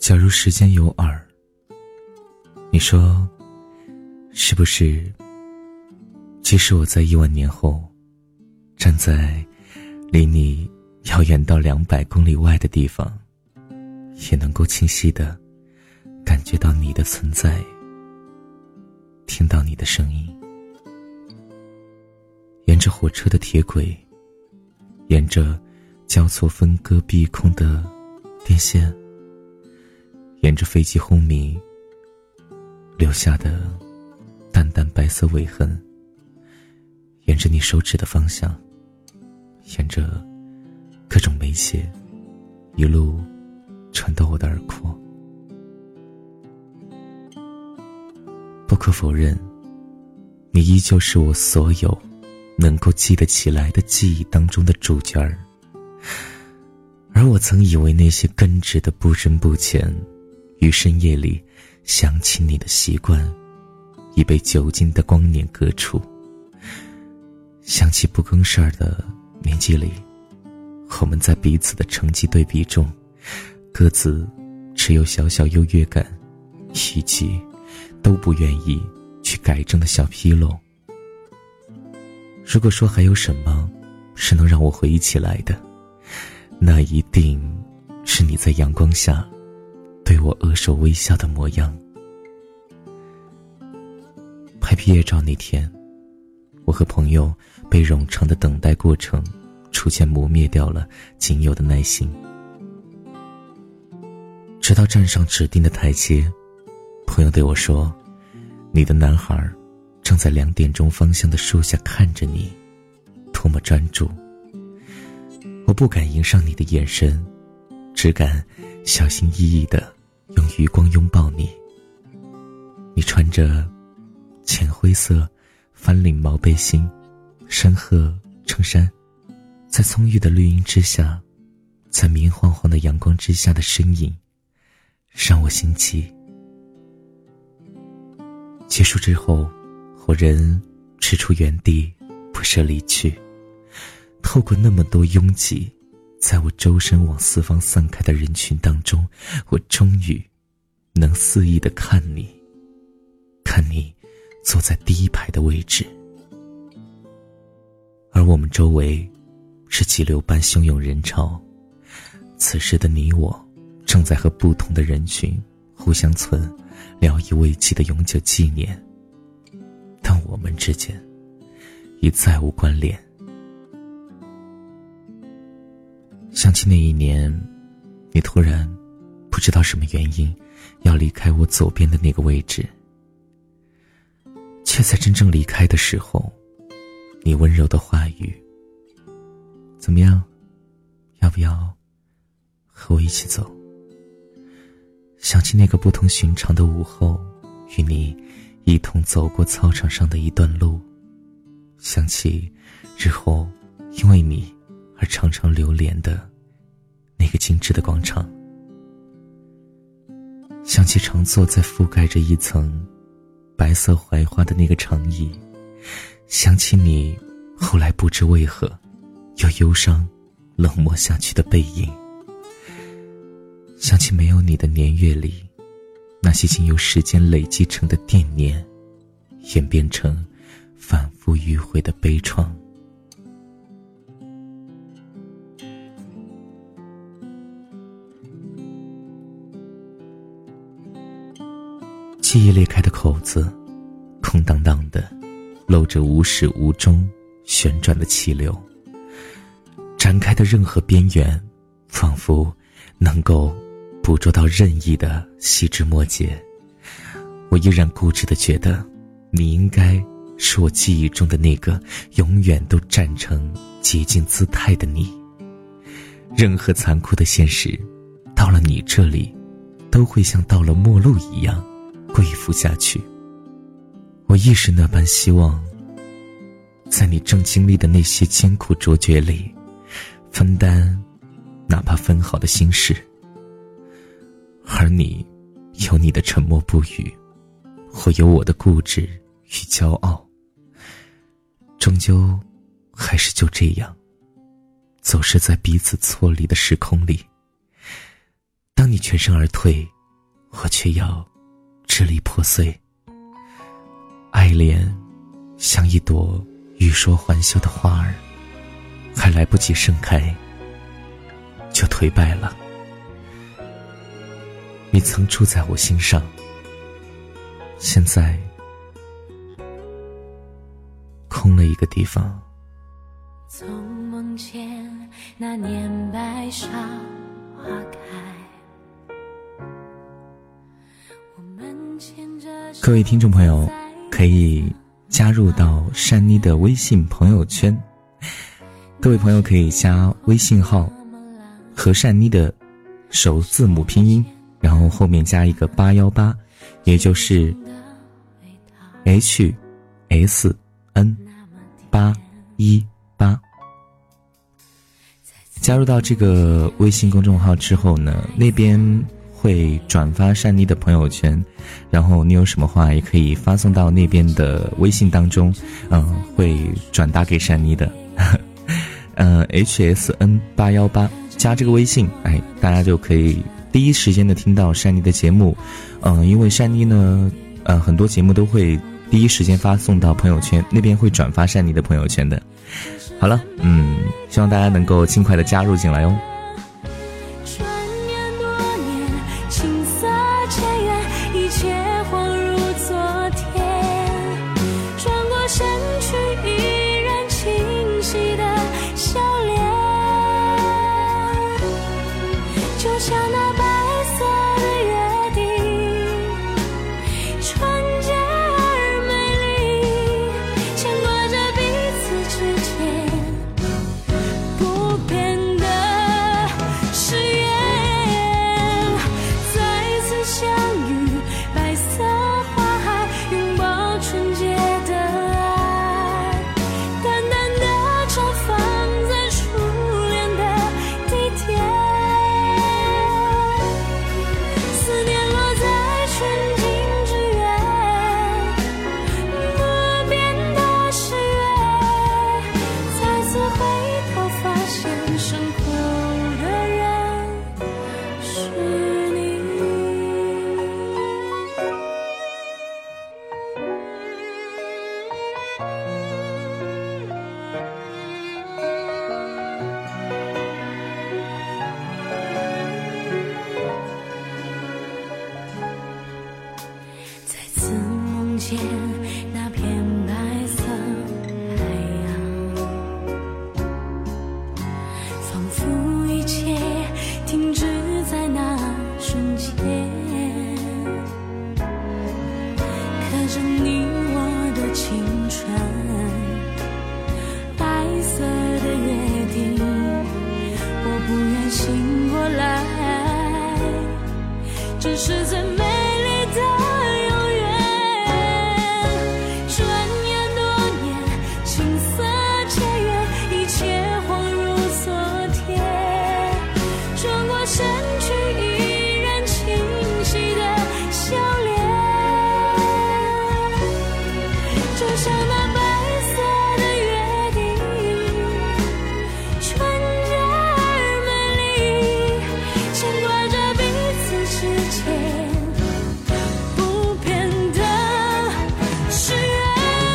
假如时间有耳，你说是不是即使我在1万年后站在离你遥远到200公里外的地方，也能够清晰地感觉到你的存在，听到你的声音。沿着火车的铁轨，沿着交错分割碧空的电线，沿着飞机轰鸣留下的淡淡白色尾痕，沿着你手指的方向，沿着各种媒介一路传到我的耳廓。不可否认，你依旧是我所有能够记得起来的记忆当中的主角儿，而我曾以为那些根植的不深不浅，于深夜里想起你的习惯，已被酒精的光年割除。想起不更事儿的年纪里，我们在彼此的成绩对比中，各自持有小小优越感，以及都不愿意去改正的小纰漏。如果说还有什么是能让我回忆起来的，那一定是你在阳光下对我额首微笑的模样。拍毕业照那天，我和朋友被冗长的等待过程逐渐磨灭掉了仅有的耐心。直到站上指定的台阶，朋友对我说，你的男孩正在2点钟方向的树下看着你，多么专注。我不敢迎上你的眼神，只敢小心翼翼地用余光拥抱你。你穿着浅灰色翻领毛背心、深褐衬衫，在葱郁的绿荫之下，在明晃晃的阳光之下的身影让我心悸。结束之后，我仍止出原地，不舍离去。透过那么多拥挤在我周身往四方散开的人群当中，我终于能肆意地看你坐在第1排的位置。而我们周围是急流般汹涌人潮，此时的你我正在和不同的人群互相存聊以慰藉的永久纪念，但我们之间已再无关联。想起那一年，你突然不知道什么原因要离开我左边的那个位置，却在真正离开的时候，你温柔的话语，怎么样，要不要和我一起走？想起那个不同寻常的午后，与你一同走过操场上的一段路，想起日后因为你而常常流连的那个精致的广场，想起常坐在覆盖着一层白色槐花的那个长椅，想起你后来不知为何又忧伤冷漠下去的背影，想起没有你的年月里，那些经由时间累积成的惦念，演变成反复迂回的悲怆。记忆裂开的口子，空荡荡的，露着无始无终旋转的气流，展开的任何边缘，仿佛能够捕捉到任意的细枝末节。我依然固执地觉得，你应该是我记忆中的那个永远都站成洁净姿态的你。任何残酷的现实，到了你这里，都会像到了末路一样跪伏下去。我亦是那般希望，在你正经历的那些艰苦卓绝里，分担哪怕分毫的心事。而你有你的沉默不语，我有我的固执与骄傲，终究还是就这样走失在彼此错离的时空里。 当你全身而退，我却要支离破碎。爱恋像一朵欲说还休的花儿，还来不及盛开就颓败了。你曾住在我心上，现在空了一个地方。 从梦见那年白芍花开，我们牵着手， 各位听众朋友可以加入到珊妮的微信朋友圈，各位朋友可以加微信号和珊妮的首字母拼音，然后后面加一个818，也就是HSN818。加入到这个微信公众号之后呢，那边会转发珊妮的朋友圈，然后你有什么话也可以发送到那边的微信当中，会转达给珊妮的。HSN818 加这个微信，大家就可以第一时间的听到珊妮的节目。因为珊妮呢，很多节目都会第一时间发送到朋友圈，那边会转发珊妮的朋友圈的。好了，希望大家能够尽快的加入进来哦。 转眼多年，青涩渐远，一切恍如昨天。转过身去，依然清晰的笑脸，就像那白色的约定，纯洁而美丽，牵挂着彼此之间不变的誓言。再次相遇，白色花海，拥抱纯洁的爱，淡淡的绽放在初恋的地点。思念落在纯净之源，不变的誓约。再次回头发现，身后的人是你。再次梦见那片白色海洋，仿佛一切停止在那瞬间，刻着你我的青春，白色的约定，我不愿醒过来，这是最美丽的永远。转眼多年，青涩渐远，一切恍如昨天。转过身去，依然清晰的笑脸，就像那白色的约定，纯洁而美丽，牵挂着彼此之间不变的誓言。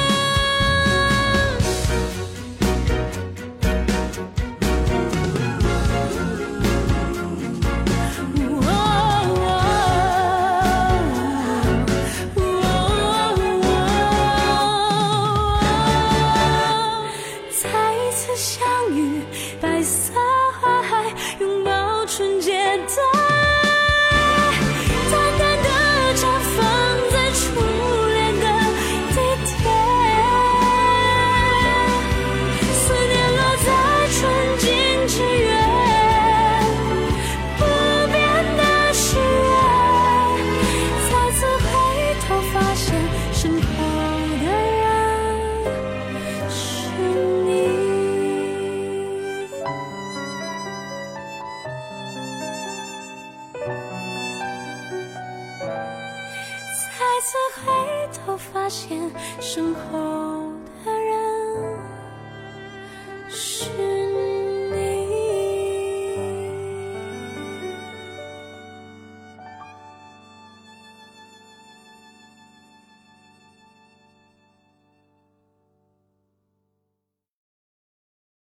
再一次相遇，白色花海，拥抱纯洁的爱，淡淡的绽放在初恋的地点。思念落在纯净之源，不变的誓约。再次回头发现，身后的人是你。再次回头发现，身后的人是